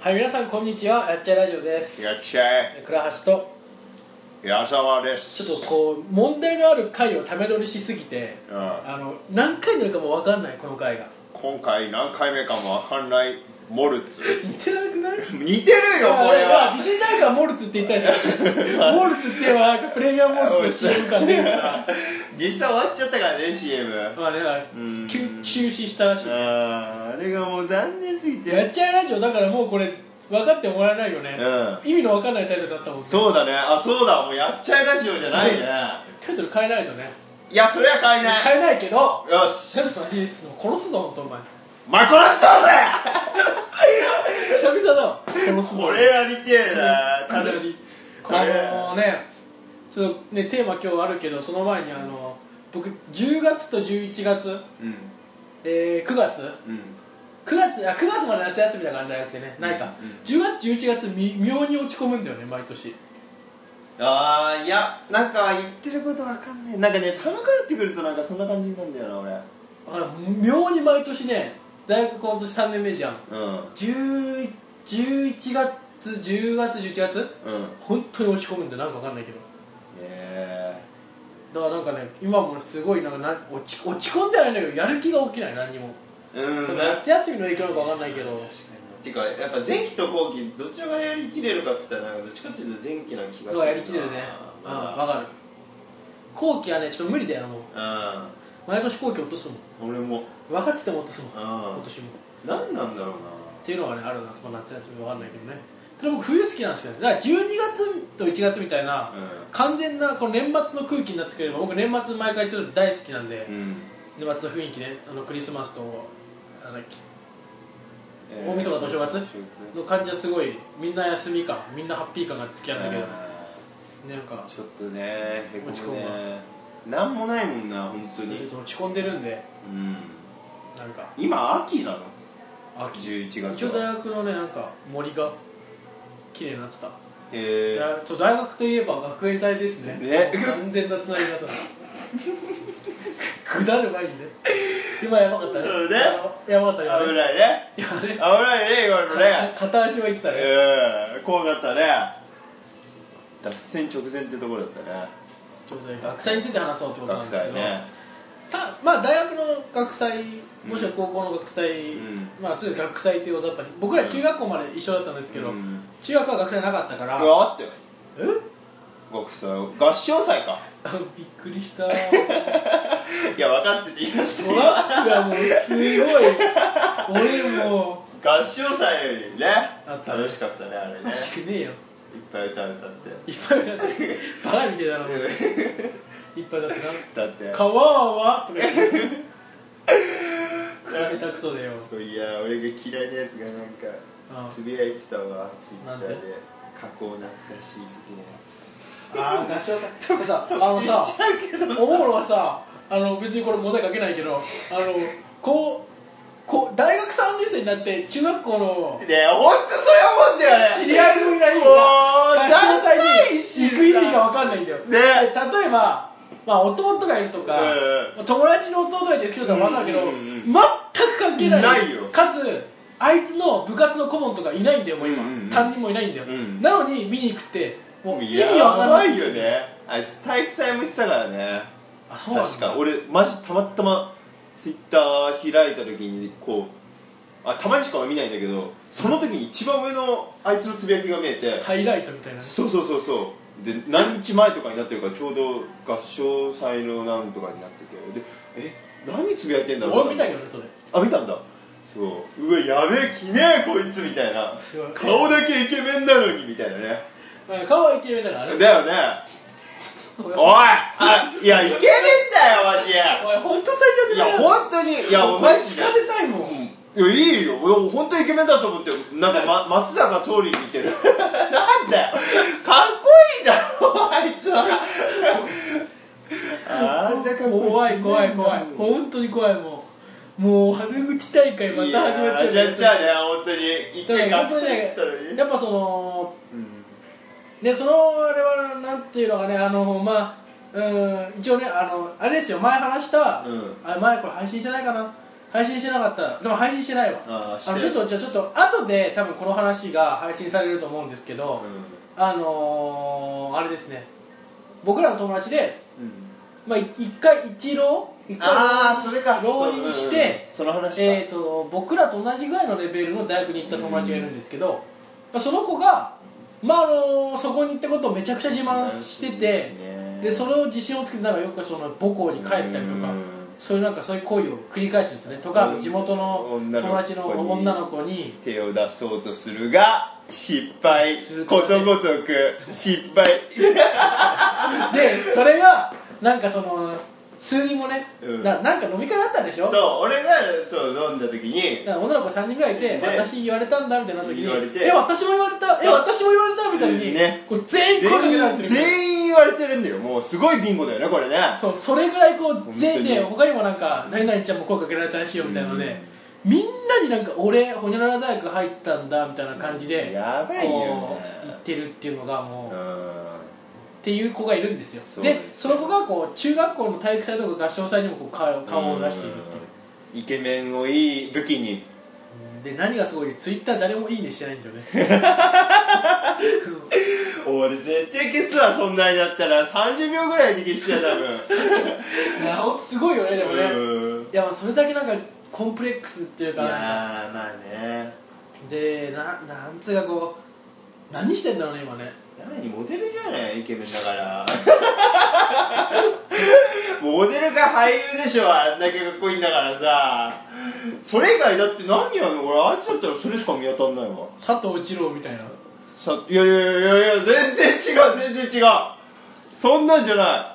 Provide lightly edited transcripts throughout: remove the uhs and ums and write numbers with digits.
はい、皆さんこんにちは。やっちゃいラジオです。 やっちゃえ。 倉橋と矢沢です。 ちょっとこう問題のある回をため撮りしすぎて、何回になるかも分かんない。この回が今回何回目かも分かんないモルツ。 似てなくない？ 似てるよこれは。 自信ないからモルツって言ったでしょ。モルツって言えばなんかプレミアムモルツの CM 感出るから実際終わっちゃったからね CM。 まあね、中止したらしい。 あれがもう残念すぎて。 やっちゃいラジオだからもうこれ分かってもらえないよね、意味の分かんないタイトルだったもんね。 そうだね。あ、そうだ、もうやっちゃいラジオじゃないね。 タイトル変えないとね。 いや、それは変えない。 変えないけど、 よし、 ちょっとマジです殺すぞ本当お前。 殺すぞぜ久々だわ、殺すぞ。 これやりてえな。 楽しい。ね、ちょっとねテーマ今日あるけど、その前に僕10月と11月、9月、9月まで夏休みだから大学生ね、ないか、10月11月妙に落ち込むんだよね毎年。 いや、なんか言ってることわかんねえ。なんかね、寒くなってくるとなんかそんな感じになるんだよな俺。 だから妙に毎年ね、大学今年3年目じゃん、11月10月11月、本当に落ち込むんだよ、なんかわかんないけど。だからなんかね、今もすごいなんか落ち込んではないんだけど、やる気が起きない、何にも。夏休みの影響なのかわかんないけど。 ていうかやっぱ前期と後期どちらがやりきれるかって言ったら、なんかどっちかっていうと前期な気がする。 やりきれるね。わかる。後期はねちょっと無理だよもう。毎年後期落とすもん。俺も分かってても落とすもん今年も。 何なんだろうなっていうのがねあるな。夏休みわかんないけどね。ただ僕冬好きなんですよね。だから12月と1月みたいな、完全なこの年末の空気になってくれば、僕年末毎回言ってるの大好きなんで、年末の雰囲気ね、クリスマスと大晦日とお正月の感じはすごい、みんな休み感、みんなハッピー感が好きなんだけど、なんかちょっとねへこむね。なんもないもんな本当に。 落ち込んでるんで、なんか今秋なの？ 秋 11月は一応大学のねなんか森が綺麗になってた。大学といえば学園祭ですね。完全なつなぎ方下る前にね。今やばかったね。やばかったね。 危ないね。危ないね今のね。 片足は言ってたね。 怖かったね。脱線直前ってところだったね。 ちょうど学祭について話そうってことなんですけど、 まあ大学の学祭、もしくは高校の学祭、まあちょっと学祭っていう大雑把に、僕ら中学校まで一緒だったんですけど、中学は学祭なかったから。 いやあったよ。学祭合唱祭か。 びっくりした。 いや分かってて言いましたよ。 トラックがもうすごい俺もう合唱祭よりね楽しかったねあれね。 楽しくねえよ。 いっぱい歌っていっぱい歌ってバカみたいだろいっぱい歌ってな。 だって川はとか言ってクソ下手くそでよ。 そういや俺が嫌いなやつがなんかつぶやいてたわツイッターで。過去懐かしい的なやつ。 合唱祭ちょっとさ思うのはさ、別にこれモザイクかけないけど、大学3年生になって中学校のねえほんとそれ思うんだよね。 知り合いのいないんだ合唱祭に行く意味が分かんないんだよ。例えば弟がいるとか、友達の弟がいて好きだったら分かるけど、全く関係ないよ。かつあいつの部活の顧問とかいないんだよもう今、担任もいないんだよ。なのに見に行くってもう意味わかんないよね。あいつ体育祭も行ってたからね。 そうなんだ。 確か俺マジたまたまツイッター開いた時にたまにしか見ないんだけど、その時に一番上のあいつのつぶやきが見えて、 ハイライトみたいな。 そうで何日前とかになってるから、ちょうど合唱祭のなんとかになってて、で何つぶやいてんだろう。 俺見たけどねそれ。 見たんだ。うわやべえきねえこいつみたいな。顔だけイケメンなのにみたいなね。 顔はイケメンだからね。 だよね。おいいやイケメンだよマジ。 おい本当最強だよ。 いや本当にいやマジ聞かせたいもん。 いやいいよ。本当にイケメンだと思って。なんか松坂桃李似てる。なんだよかっこいいだろあいつは。 怖い本当に怖い。もう悪口大会また始まっちゃう。 始まっちゃうね本当に。一回学生って言ったのにやっぱそのあれはなんていうのかね、一応ねあれですよ、前話した、前これ配信してないかな、 配信してなかったら、でも配信してないわ。ちょっと後で多分この話が配信されると思うんですけど、あれですね、僕らの友達で、まあ一回浪人して、僕らと同じぐらいのレベルの大学に行った友達がいるんですけど、その子が、そこに行ったことをめちゃくちゃ自慢してて、でそれを自信をつけてなんかよくその母校に帰ったりとか、そういう行為を繰り返してるんですね。とか地元の友達の女の子に手を出そうとするが失敗、ことごとく失敗でそれがなんかその数人もね、なんか飲み会があったんでしょ。 そう、俺がそう飲んだ時に女の子3人ぐらいいて、私言われたんだみたいな時に、 私も言われたみたいに、こう全員声かけられてる、 全員言われてるんだよ。もうすごいビンゴだよねこれね。 そう、それぐらいこう全員で、他にもなんか何々ちゃんも声かけられたらしいよみたいなので、みんなになんか俺ホニャララ大学入ったんだみたいな感じでやばいよね言ってるっていうのがもうっていう子がいるんですよ。でその子がこう中学校の体育祭とか合唱祭にもこう顔を出しているっていうイケメンをいい武器に。 で何がすごい、ツイッター誰もいいねしてないんだよね俺絶対消すわ、そんなになったら30秒ぐらいで消しちゃう多分いやほんとすごいよね。でもね、いやそれだけなんかコンプレックスっていうか、なんかまあね、 でなんつうかこう何してんだろうね今ね。 モデルじゃない、イケメンだからモデルか俳優でしょ、あんだけかっこいいんだからさ。それ以外だって何やの。俺あいつだったらそれしか見当たんないわ。 佐藤二郎みたいな。 いや全然違う、そんなんじゃない。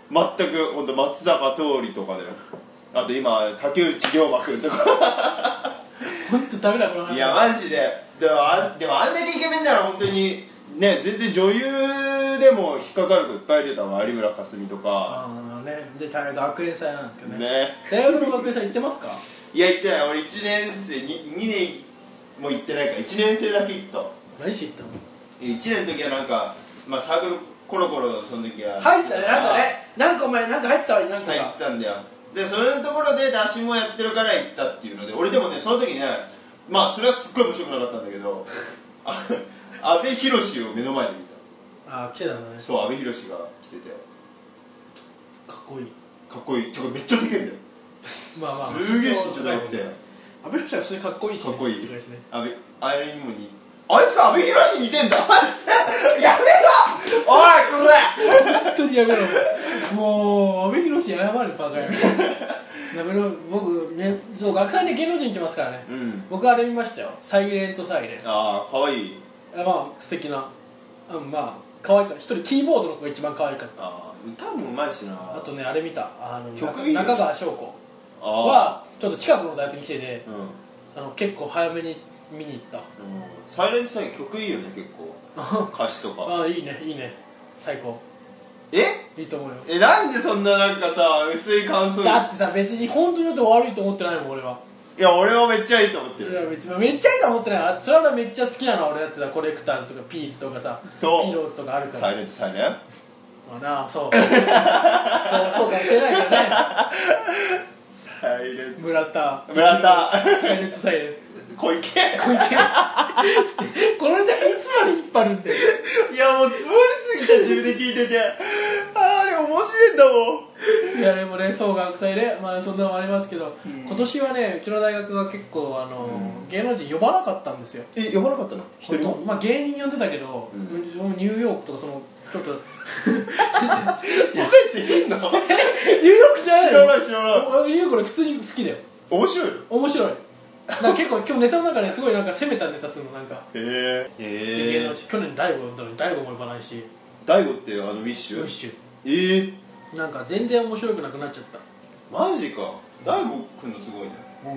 全く本当松坂桃李とかだよ。あと今竹内涼真君とか本当ダメだこの話。 いやマジで。でもあんだけイケメンなら本当にね、全然女優でも引っかかる子いっぱいいるよ。有村架純とかで学園祭なんですけどね。 大学の学園祭行ってますか？ いや行ってない。俺1年生 2年も行ってないから1年生だけ行った。 何しに行ったの ？1年の時はなんか、サークルコロコロその時は入ってたね。なんかお前なんか入ってたわりなんか入ってたんだよ。でそれのところで出しもやってるから行ったっていうので、俺でもねその時ね、それはすっごい面白くなかったんだけど阿部寛を目の前で見た。 来てたんだね。 そう、阿部寛が来ててかっこいい。 かっこいい。めっちゃでけえんだよ。すげえ身長高くて、 阿部寛は普通にかっこいいし、 かっこいい。 あれにもあいつ阿部寛に似てんだやめろおいこれ本当にやめろもう阿部寛謝れバカやめろ。僕ね、そう学祭に芸能人行ってますからね、僕あれ見ましたよ、サイレントサイレン。 かわいい。 素敵な、かわいかった。一人キーボードの子が一番かわいかった。 歌もうまいしな。あとねあれ見た、 曲いいよね。 中川翔子はちょっと近くの大学に来てて、結構早めに見に行った。 サイレントサイレン曲いいよね結構歌詞とかいいね最高。いいと思うよ。 なんでそんななんかさ薄い感想。 だってさ別に本当によって悪いと思ってないもん俺は。 いや俺はめっちゃいいと思ってる。 いや別にめっちゃいいと思ってない。それはめっちゃ好きなのは俺だってさ、コレクターズとかピーツとかさピローズとかあるから。 サイレントサイレンそうかもしれないけどねサイレント村田サイレントサイレント小池このネタいつまで引っ張るんだよ。 いやもう積もりすぎた自分で聞いててあれ面白いんだもん。 いやでもね、そう学祭でそんなのもありますけど、今年はねうちの大学が結構芸能人呼ばなかったんですよ。 呼ばなかったの？一人も？ 芸人呼んでたけど、ニューヨークとかそのちょっとそんな人いんの？ ニューヨークじゃないの？ 知らない。 ニューヨーク普通に好きだよ。面白い結構今日ネタの中ですごいなんか攻めたネタするのなんか。芸能人去年大悟呼んだのに大悟も呼ばないし。 大悟ってウィッシュ？ なんか全然面白くなくなっちゃった。 マジか。大悟くんのすごいね。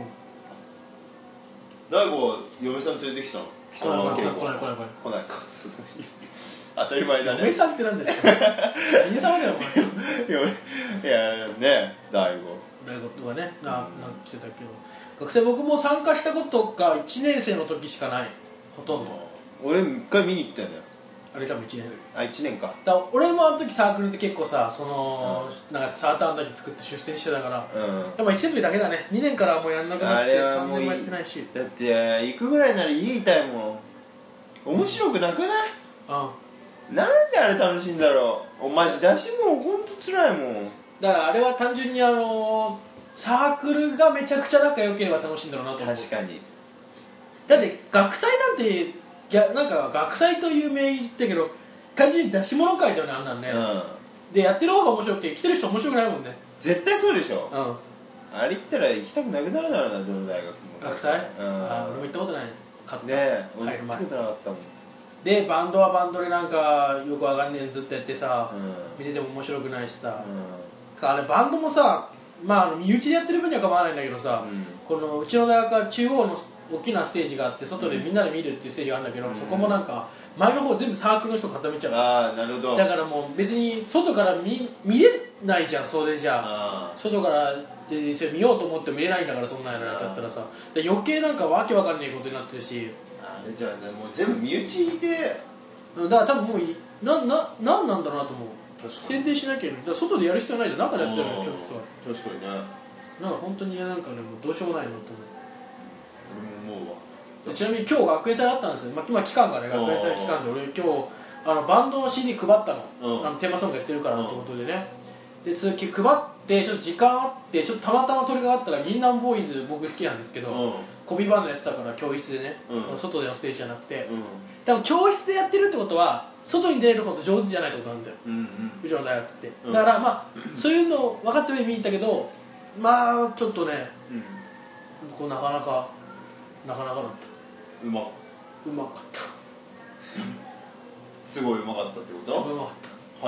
大悟は嫁さん連れてきたの？ 来ないか当たり前だね。 嫁さんって何ですか？何様だよお前。 いやね、大悟はね、なんて言ったけど学生僕も参加したことが1年生の時しかない。ほとんど俺1回見に行ったよね。 あれ多分1年あ、1年か。 だから俺もあの時サークルで結構さその、なんかサーターアンダギー作って出展してたから、やっぱ1年の時だけだね。2年からはもうやんなくなって3年もやってないし。 だって行くぐらいなら家いたいもん。面白くなくない？なんであれ楽しいんだろう。マジ出しもほんとつらいもん。 だからあれは単純にサークルがめちゃくちゃ仲良ければ楽しいんだろうなと思う。 確かに。 だって学祭なんてなんか学祭という名義だけど単純に出し物会だよね、あんなんね、でやってる方が面白くて来てる人面白くないもんね。 絶対そうでしょ。あれ言ったら行きたくなくなるだろうな、どの大学も。 学祭？俺も行ったことない。 ねえ、俺行ったことなかったもん。 でバンドはバンドでなんかよくわかんねえずっとやってさ、見てても面白くないしさ、あれバンドもさ、まあ身内でやってる分には構わないんだけどさ、このうちの大学は中央の大きなステージがあって外でみんなで見るっていうステージがあるんだけど、そこもなんか前の方全部サークルの人固めちゃう。 ああ、なるほど。 だからもう別に外から見れないじゃん。それじゃあ外から見ようと思っても見れないんだから、そんなのやっちゃったらさ、で余計なんかわけわかんないことになってるし、 あれじゃあね、もう全部身内で、 だから多分もうなんなんだろうなと思う。宣伝しなきゃいけない。だから外でやる必要ないじゃん。中でやってるの今日さ。 確かにね。 なんか本当になんかね、もうどうしようもないなと思う。 俺も思うわ。 ちなみに今日学園祭だったんですよ。今期間がね、学園祭期間で俺今日バンドの CD 配ったの。テーマソングやってるからってことでね。で次配ってちょっと時間あってちょっとたまたま鳥があったら銀杏ボーイズ僕好きなんですけど、コピーバンドやってたから教室でね、外でのステージじゃなくて、多分教室でやってるってことは外に出れるほど上手じゃないってことなんだよ、うちの大学って。だからまあそういうの分かった上で見に行ったけど、まあちょっとね、こうなかなかだった。うまかったすごいうまかったってこと？ すごいうまかった。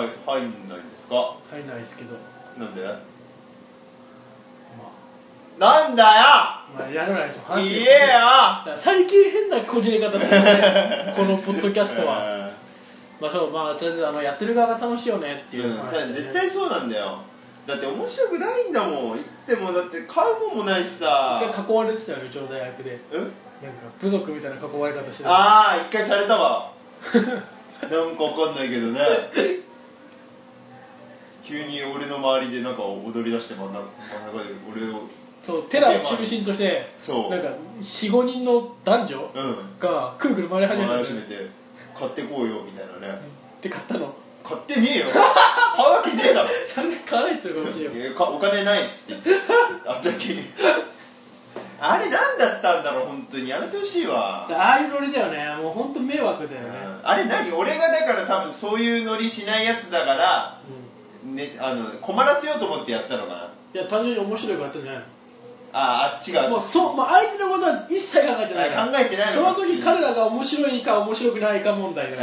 入んないんですか？ 入んないですけど。 なんで？なんだよ！ まあやらないと話して。言えよ！ 最近変なこじれ方するねこのポッドキャストは。まあそう、まあとりあえずやってる側が楽しいよねっていう話、ね、 絶対そうなんだよ。だって面白くないんだもん。行ってもだって買うもんもないしさ。 一回囲われてたよ、うちの大学で。なんか部族みたいな囲われ方してた。 ああ、一回されたわなんかわかんないけどね急に俺の周りでなんか踊り出して真ん中で俺をそうテラを中心としてなんか 4,5 人の男女がくるくる回り始めて、 買ってこうよみたいなね、 で買ったの？ 買ってねえよ買うわけねえだろそれ買わないって言うかもしれないお金ないっつってあの時あれ何だったんだろう、本当にやめてほしいわ。 ああいうノリだよね、もう本当迷惑だよね、 あれ何、俺がだから多分そういうノリしないやつだから、ね、困らせようと思ってやったのかな。 いや単純に面白いからやったんじゃないの？ あっちがもう相手のことは一切考えてないから。 考えてないの。 その時彼らが面白いか面白くないか問題だから。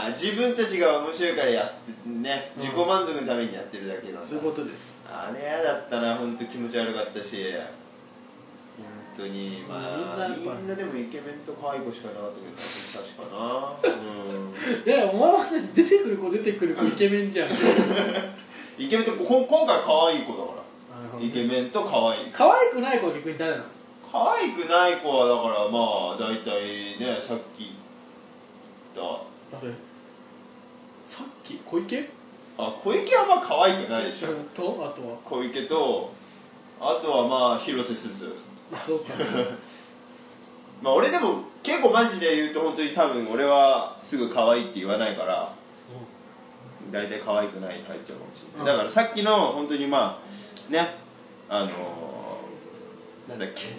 自分たちが面白いからやってね、自己満足のためにやってるだけなんだ。 そういうことです。 あれ嫌だったな、本当気持ち悪かったし、本当にみんなでもイケメンと可愛い子しかなかったけど、確かな。 いやお前はね、出てくる子イケメンじゃんイケメンと今回可愛い子だから。イケメンと可愛い。 可愛くない子は逆に誰なの？ 可愛くない子はだからまあ大体ね、さっき言った誰？さっき小池？ 小池はまあ可愛くないでしょ。 あとは小池とあとはまあ広瀬すず。 そうかまあ俺でも結構マジで言うと本当に多分俺はすぐ可愛いって言わないから、大体可愛くないに入っちゃうかもしれない。だからさっきの本当にまあね、なんだっけ、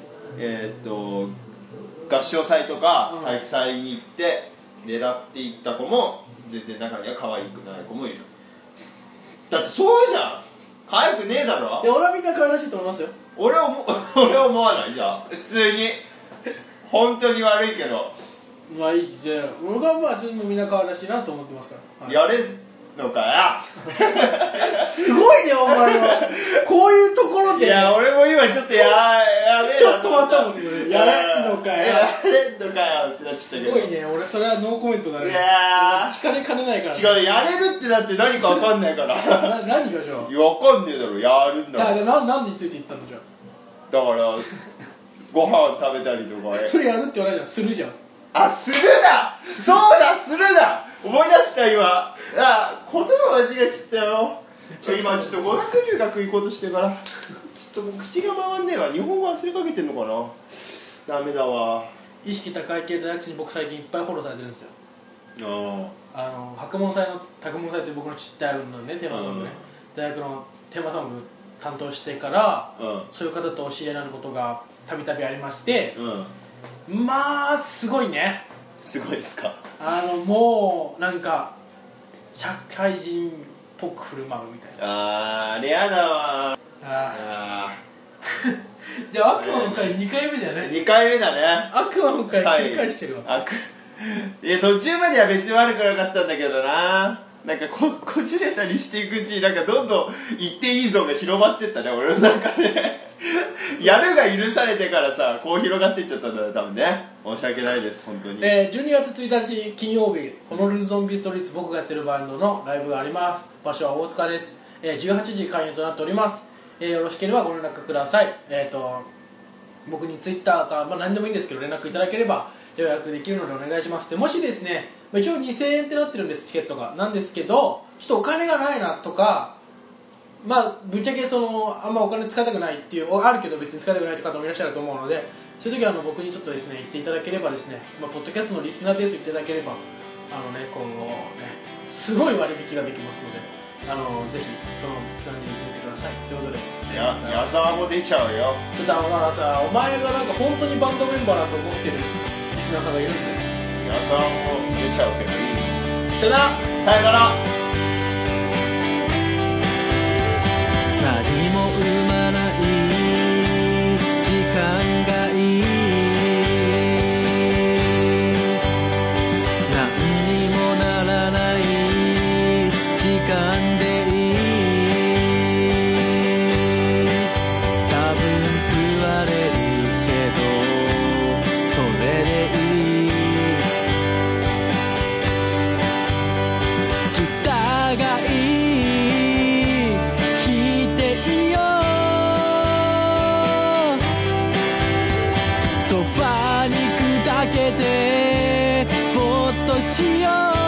合唱祭とか体育祭に行って狙っていった子も全然中には可愛くない子もいる。だってそうじゃん、可愛くねえだろ。 いや俺はみんな可愛らしいと思いますよ。 俺は思わないじゃん普通に本当に悪いけど。 まあいいじゃん、俺がまあ自分もみんな可愛らしいなと思ってますから、 やれのかよすごいねお前はこういうところで。 いや俺も今ちょっとやべえなちょっと待ったもんね、やれんのかよってなっちゃったけど。 すごいね、俺それはノーコメントだね。 いや聞かれかねないから、 違う、やれるってだって何か分かんないから何がじゃあ分かんねえだろ、やるんだから。何について言ったのじゃだからご飯食べたりとか。 それやるって言わないじゃん、するじゃん。 するだ、そうだ、するだ。 思い出した今。言葉間違えちゃったよ。今ちょっと語学留学行こうとしてからちょっともう口が回んねえわ。日本語忘れかけてんのかな。ダメだわ。 意識高い系大学生に僕最近いっぱいフォローされてるんですよ。白門祭の宅門祭って僕の大学のねテーマソングね、大学のテーマソング担当してから、そういう方とお知り合いになることがたびたびありまして、まあすごいね。 すごいですか。 もうなんか社会人っぽく振る舞うみたいな。 あれやだわ。 じゃあ悪魔の会2回目じゃない？ 2 回目だね。 悪魔の会繰り返してるわ。 いや途中までは別に悪くなかったんだけどな。なんかこじれたりしていくうちになんかどんどん言っていいゾーンが広まってったね俺の中でやるが許されてからさこう広がっていっちゃったんだよ多分ね。申し訳ないです本当に。 12月1日金曜日ホノルルゾンビストリート僕がやってるバンドのライブがあります。場所は大塚です。18時開演となっております。よろしければご連絡ください。僕にツイッターか、何でもいいんですけど連絡いただければ予約できるのでお願いします。でもしですね、一応2000円ってなってるんですチケットがなんですけど、ちょっとお金がないなとか、ぶっちゃけあんまお金使いたくないっていうあるけど別に使いたくないって方もいらっしゃると思うので、そういう時は僕にちょっとですね言っていただければですね、ポッドキャストのリスナーです言っていただければ今後ねすごい割引ができますので、ぜひその感じに言ってくださいということで。 矢沢も出ちゃうよ。 ちょっとさ、お前がなんか本当にバンドメンバーだと思ってるリスナーさんがいるんで、 矢沢も出ちゃうけどいい。 さよなら。 さよなら。 何も生まない時間がいい、何にもならない時間でいい、多分食われるけどそれでいい、疑い引いていよう、ソファに砕けてぼーっとしよう。